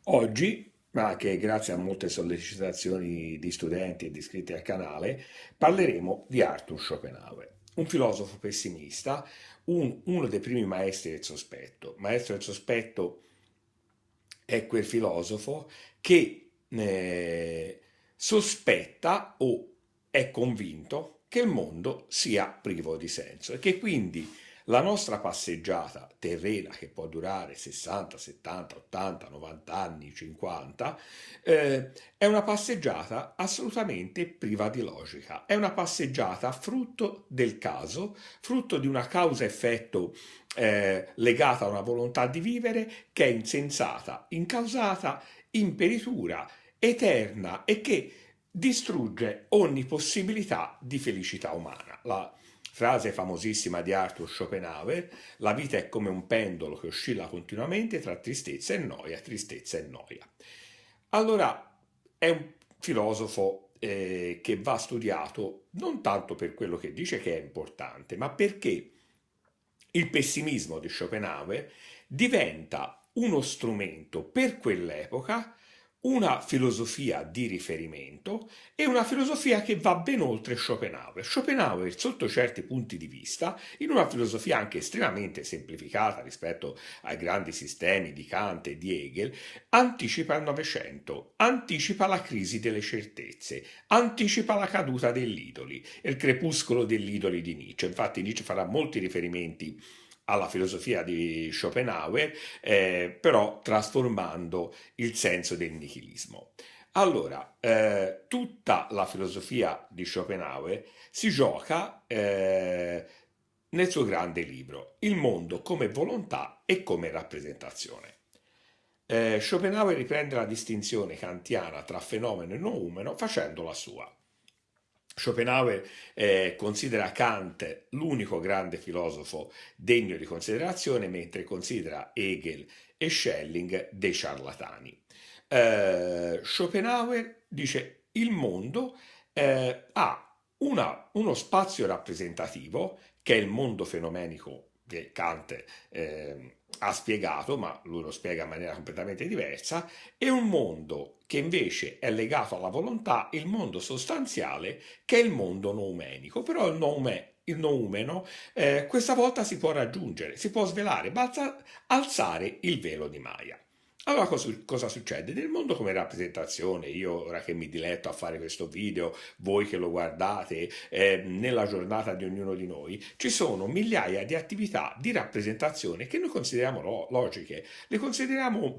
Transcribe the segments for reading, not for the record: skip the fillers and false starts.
Oggi, ma anche grazie a molte sollecitazioni di studenti e di iscritti al canale, parleremo di Arthur Schopenhauer, un filosofo pessimista, uno dei primi maestri del sospetto. Maestro del sospetto è quel filosofo che sospetta o è convinto che il mondo sia privo di senso e che quindi la nostra passeggiata terrena, che può durare 60, 70, 80, 90 anni, 50, è una passeggiata assolutamente priva di logica. È una passeggiata frutto del caso, frutto di una causa-effetto legata a una volontà di vivere che è insensata, incausata, imperitura, eterna e che distrugge ogni possibilità di felicità umana. La frase famosissima di Arthur Schopenhauer: la vita è come un pendolo che oscilla continuamente tra tristezza e noia, tristezza e noia. Allora, è un filosofo che va studiato non tanto per quello che dice che è importante, ma perché il pessimismo di Schopenhauer diventa uno strumento per quell'epoca, una filosofia di riferimento e una filosofia che va ben oltre Schopenhauer. Schopenhauer, sotto certi punti di vista, in una filosofia anche estremamente semplificata rispetto ai grandi sistemi di Kant e di Hegel, anticipa il Novecento, anticipa la crisi delle certezze, anticipa la caduta dell'idoli, il crepuscolo dell'idoli di Nietzsche. Infatti Nietzsche farà molti riferimenti alla filosofia di Schopenhauer, però trasformando il senso del nichilismo. Allora, tutta la filosofia di Schopenhauer si gioca nel suo grande libro, Il mondo come volontà e come rappresentazione. Schopenhauer riprende la distinzione kantiana tra fenomeno e noumeno facendola sua. Schopenhauer considera Kant l'unico grande filosofo degno di considerazione, mentre considera Hegel e Schelling dei ciarlatani. Schopenhauer dice il mondo ha uno spazio rappresentativo, che è il mondo fenomenico che Kant ha spiegato, ma lui lo spiega in maniera completamente diversa, e un mondo che invece è legato alla volontà, il mondo sostanziale, che è il mondo noumenico. Però il noumeno questa volta si può raggiungere, si può svelare, basta alzare il velo di Maya. Allora cosa succede? Nel mondo come rappresentazione, io ora che mi diletto a fare questo video, voi che lo guardate, nella giornata di ognuno di noi, ci sono migliaia di attività di rappresentazione che noi consideriamo logiche, le consideriamo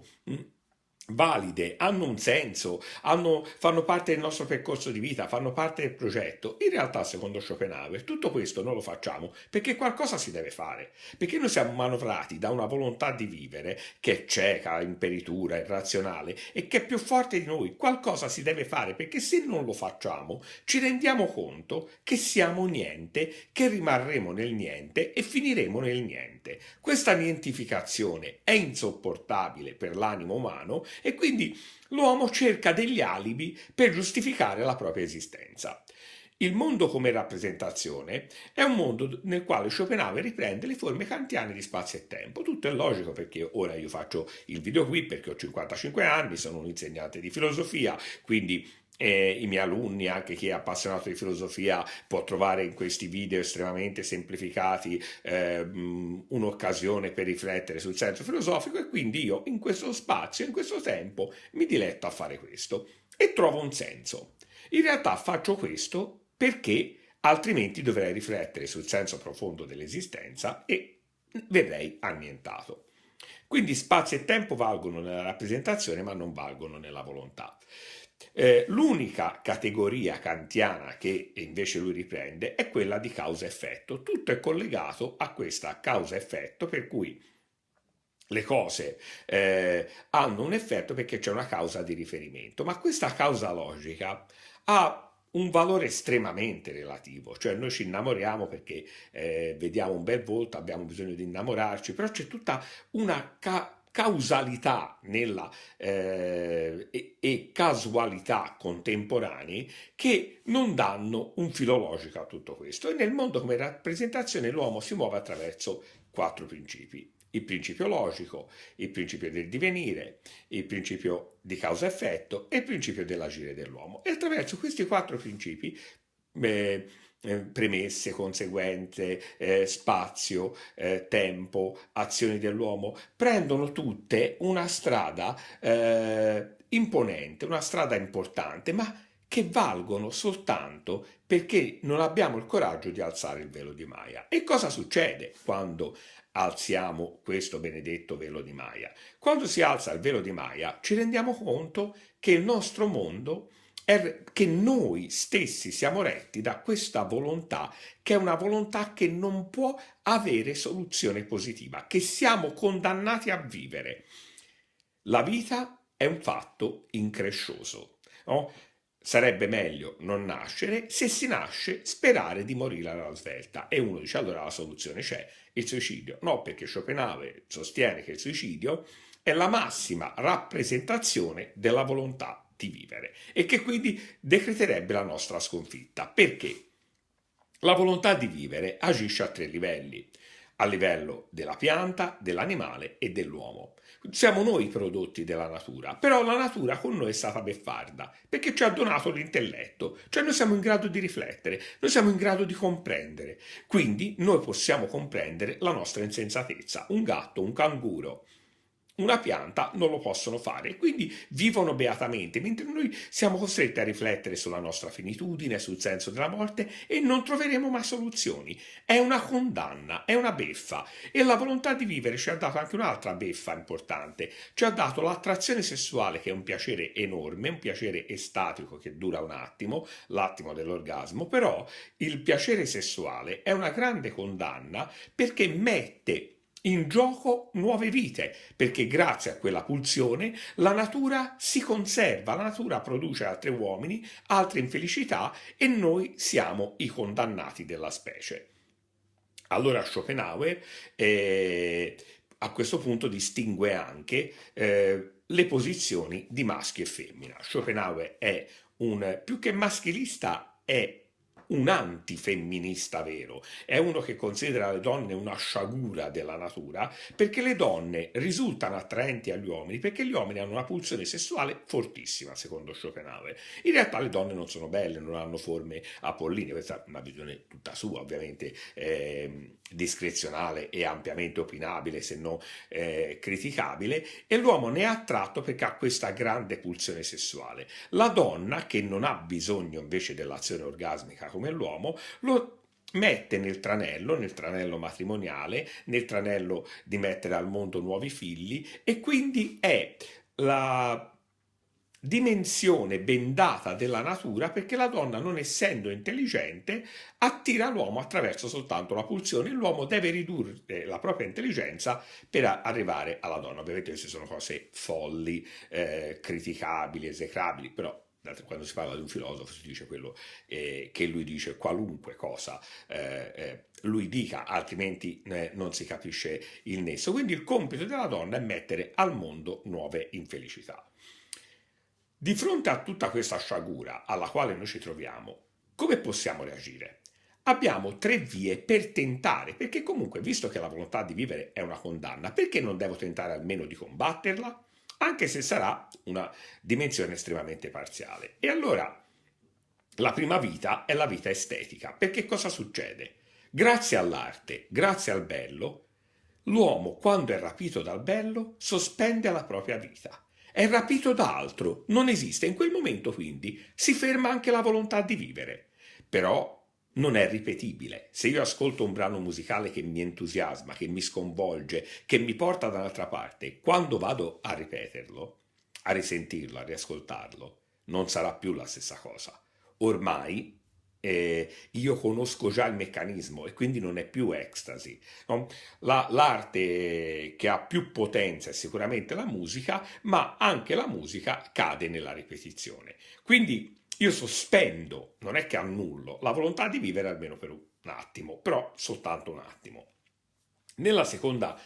valide, hanno un senso, fanno parte del nostro percorso di vita, fanno parte del progetto. In realtà, secondo Schopenhauer, tutto questo non lo facciamo perché qualcosa si deve fare, perché noi siamo manovrati da una volontà di vivere che è cieca, imperitura, irrazionale e che è più forte di noi. Qualcosa si deve fare, perché se non lo facciamo ci rendiamo conto che siamo niente, che rimarremo nel niente e finiremo nel niente. Questa nientificazione è insopportabile per l'animo umano e quindi l'uomo cerca degli alibi per giustificare la propria esistenza. Il mondo come rappresentazione è un mondo nel quale Schopenhauer riprende le forme kantiane di spazio e tempo. Tutto è logico, perché ora io faccio il video qui perché ho 55 anni, sono un insegnante di filosofia, quindi i miei alunni, anche chi è appassionato di filosofia, può trovare in questi video estremamente semplificati un'occasione per riflettere sul senso filosofico, e quindi io in questo spazio, in questo tempo, mi diletto a fare questo e trovo un senso. In realtà faccio questo perché altrimenti dovrei riflettere sul senso profondo dell'esistenza e verrei annientato. Quindi spazio e tempo valgono nella rappresentazione, ma non valgono nella volontà. L'unica categoria kantiana che invece lui riprende è quella di causa-effetto. Tutto è collegato a questa causa-effetto, per cui le cose hanno un effetto perché c'è una causa di riferimento, ma questa causa logica ha un valore estremamente relativo. Cioè noi ci innamoriamo perché vediamo un bel volto, abbiamo bisogno di innamorarci, però c'è tutta una causalità e casualità contemporanei che non danno un filo logico a tutto questo. E nel mondo come rappresentazione l'uomo si muove attraverso quattro principi. il principio logico, il principio del divenire, il principio di causa-effetto e il principio dell'agire dell'uomo. E attraverso questi quattro principi, premesse, conseguenze, spazio, tempo, azioni dell'uomo, prendono tutte una strada imponente, una strada importante, ma che valgono soltanto perché non abbiamo il coraggio di alzare il velo di Maya. E cosa succede quando alziamo questo benedetto velo di Maya? Quando si alza il velo di Maya ci rendiamo conto che il nostro mondo che noi stessi siamo retti da questa volontà, che è una volontà che non può avere soluzione positiva, che siamo condannati a vivere. La vita è un fatto increscioso, no? Sarebbe meglio non nascere, se si nasce sperare di morire alla svelta. E uno dice allora la soluzione c'è, il suicidio. No, perché Schopenhauer sostiene che il suicidio è la massima rappresentazione della volontà di vivere e che quindi decreterebbe la nostra sconfitta. Perché? La volontà di vivere agisce a tre livelli: a livello della pianta, dell'animale e dell'uomo. Siamo noi i prodotti della natura, però la natura con noi è stata beffarda, perché ci ha donato l'intelletto, cioè noi siamo in grado di riflettere, noi siamo in grado di comprendere, quindi noi possiamo comprendere la nostra insensatezza. Un gatto, un canguro, una pianta non lo possono fare, quindi vivono beatamente, mentre noi siamo costretti a riflettere sulla nostra finitudine, sul senso della morte e non troveremo mai soluzioni. È una condanna, è una beffa e la volontà di vivere ci ha dato anche un'altra beffa importante, ci ha dato l'attrazione sessuale che è un piacere enorme, un piacere estatico che dura un attimo, l'attimo dell'orgasmo, però il piacere sessuale è una grande condanna perché mette in gioco nuove vite, perché grazie a quella pulsione la natura si conserva, la natura produce altri uomini, altre infelicità e noi siamo i condannati della specie. Allora Schopenhauer a questo punto distingue anche le posizioni di maschio e femmina. Schopenhauer è più che maschilista, è un antifemminista vero, è uno che considera le donne una sciagura della natura perché le donne risultano attraenti agli uomini perché gli uomini hanno una pulsione sessuale fortissima, secondo Schopenhauer. In realtà le donne non sono belle, non hanno forme apolline, questa è una visione tutta sua, ovviamente discrezionale e ampiamente opinabile, se non criticabile, e l'uomo ne è attratto perché ha questa grande pulsione sessuale. La donna, che non ha bisogno invece dell'azione orgasmica come l'uomo, lo mette nel tranello matrimoniale, nel tranello di mettere al mondo nuovi figli e quindi è la dimensione bendata della natura perché la donna, non essendo intelligente, attira l'uomo attraverso soltanto la pulsione. L'uomo deve ridurre la propria intelligenza per arrivare alla donna. Ovviamente queste sono cose folli, criticabili, esecrabili, però quando si parla di un filosofo si dice quello che lui dice, qualunque cosa lui dica, altrimenti non si capisce il nesso. Quindi il compito della donna è mettere al mondo nuove infelicità. Di fronte a tutta questa sciagura alla quale noi ci troviamo, come possiamo reagire? Abbiamo tre vie per tentare, perché comunque, visto che la volontà di vivere è una condanna, perché non devo tentare almeno di combatterla? Anche se sarà una dimensione estremamente parziale. E allora, la prima vita è la vita estetica, perché cosa succede? Grazie all'arte, grazie al bello, l'uomo, quando è rapito dal bello, sospende la propria vita. È rapito da altro, non esiste. In quel momento, quindi, si ferma anche la volontà di vivere. Però non è ripetibile. Se io ascolto un brano musicale che mi entusiasma, che mi sconvolge, che mi porta da un'altra parte, quando vado a ripeterlo, a risentirlo, a riascoltarlo, non sarà più la stessa cosa. Ormai io conosco già il meccanismo e quindi non è più ecstasy. No? L'arte che ha più potenza è sicuramente la musica, ma anche la musica cade nella ripetizione. Quindi io sospendo, non è che annullo, la volontà di vivere almeno per un attimo, però soltanto un attimo. Nella seconda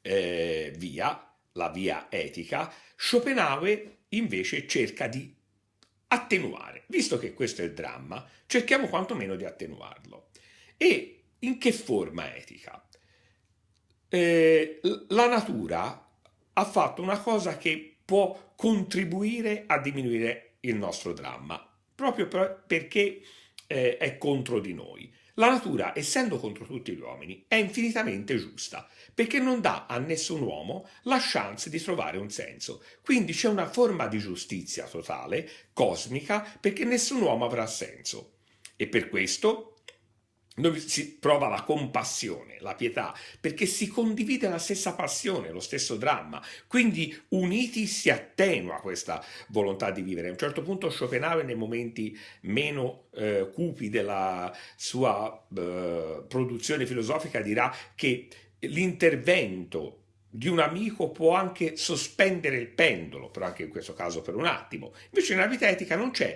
via, la via etica, Schopenhauer invece cerca di attenuare. Visto che questo è il dramma, cerchiamo quantomeno di attenuarlo. E in che forma etica? la natura ha fatto una cosa che può contribuire a diminuire il nostro dramma, proprio perché è contro di noi. La natura, essendo contro tutti gli uomini, è infinitamente giusta, perché non dà a nessun uomo la chance di trovare un senso. Quindi c'è una forma di giustizia totale, cosmica, perché nessun uomo avrà senso. E per questo si prova la compassione, la pietà, perché si condivide la stessa passione, lo stesso dramma. Quindi uniti si attenua questa volontà di vivere. A un certo punto Schopenhauer, nei momenti meno cupi della sua produzione filosofica, dirà che l'intervento di un amico può anche sospendere il pendolo, però anche in questo caso per un attimo. Invece nella vita etica non c'è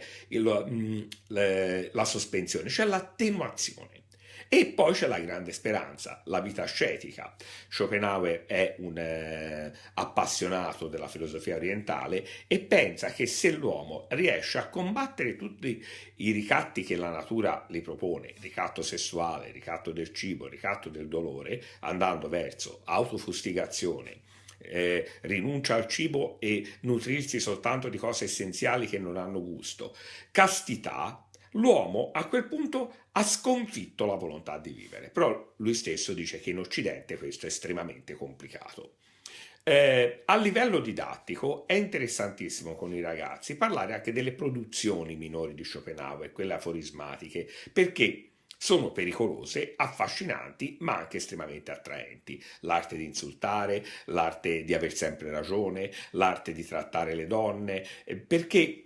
la sospensione, c'è l'attenuazione. E poi c'è la grande speranza, la vita ascetica. Schopenhauer è un appassionato della filosofia orientale e pensa che se l'uomo riesce a combattere tutti i ricatti che la natura gli propone, il ricatto sessuale, il ricatto del cibo, il ricatto del dolore, andando verso autofustigazione, rinuncia al cibo e nutrirsi soltanto di cose essenziali che non hanno gusto, castità, l'uomo a quel punto ha sconfitto la volontà di vivere. Però lui stesso dice che in Occidente questo è estremamente complicato. A livello didattico è interessantissimo con i ragazzi parlare anche delle produzioni minori di Schopenhauer, quelle aforismatiche, perché sono pericolose, affascinanti, ma anche estremamente attraenti. L'arte di insultare, l'arte di aver sempre ragione, l'arte di trattare le donne, perché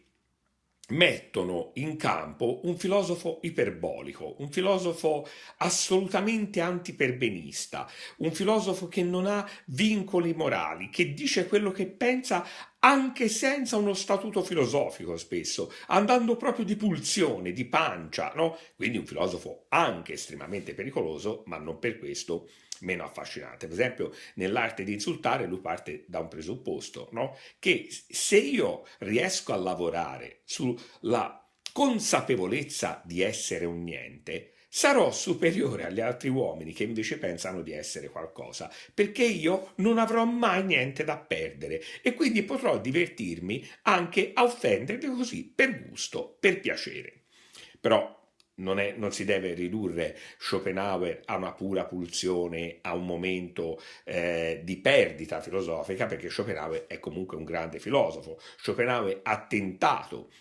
mettono in campo un filosofo iperbolico, un filosofo assolutamente antiperbenista, un filosofo che non ha vincoli morali, che dice quello che pensa anche senza uno statuto filosofico spesso, andando proprio di pulsione, di pancia, no? Quindi un filosofo anche estremamente pericoloso, ma non per questo meno affascinante. Per esempio, nell'arte di insultare lui parte da un presupposto, no? Che se io riesco a lavorare sulla consapevolezza di essere un niente, sarò superiore agli altri uomini che invece pensano di essere qualcosa, perché io non avrò mai niente da perdere e quindi potrò divertirmi anche a offenderli così per gusto, per piacere. Però non si deve ridurre Schopenhauer a una pura pulsione, a un momento di perdita filosofica, perché Schopenhauer è comunque un grande filosofo. Schopenhauer ha tentato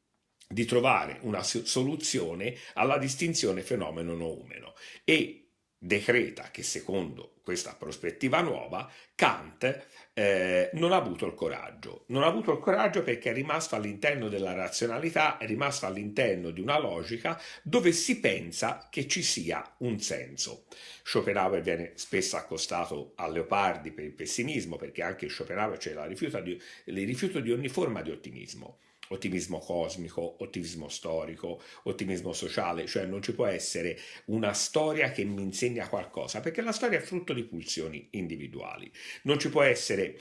di trovare una soluzione alla distinzione fenomeno-noumeno e decreta che secondo questa prospettiva nuova Kant non ha avuto il coraggio. Non ha avuto il coraggio perché è rimasto all'interno della razionalità, è rimasto all'interno di una logica dove si pensa che ci sia un senso. Schopenhauer viene spesso accostato a Leopardi per il pessimismo, perché anche Schopenhauer c'è il rifiuto di ogni forma di ottimismo. Ottimismo cosmico, ottimismo storico, ottimismo sociale, cioè non ci può essere una storia che mi insegna qualcosa, perché la storia è frutto di pulsioni individuali. Non ci può essere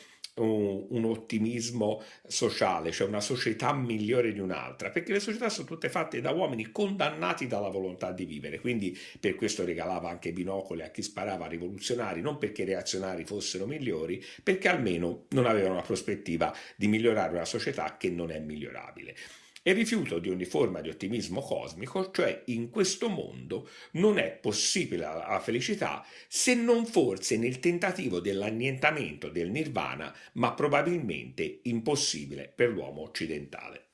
un ottimismo sociale, cioè una società migliore di un'altra, perché le società sono tutte fatte da uomini condannati dalla volontà di vivere, quindi per questo regalava anche binocoli a chi sparava rivoluzionari, non perché i reazionari fossero migliori, perché almeno non avevano la prospettiva di migliorare una società che non è migliorabile. E rifiuto di ogni forma di ottimismo cosmico, cioè in questo mondo non è possibile la felicità se non forse nel tentativo dell'annientamento del nirvana, ma probabilmente impossibile per l'uomo occidentale.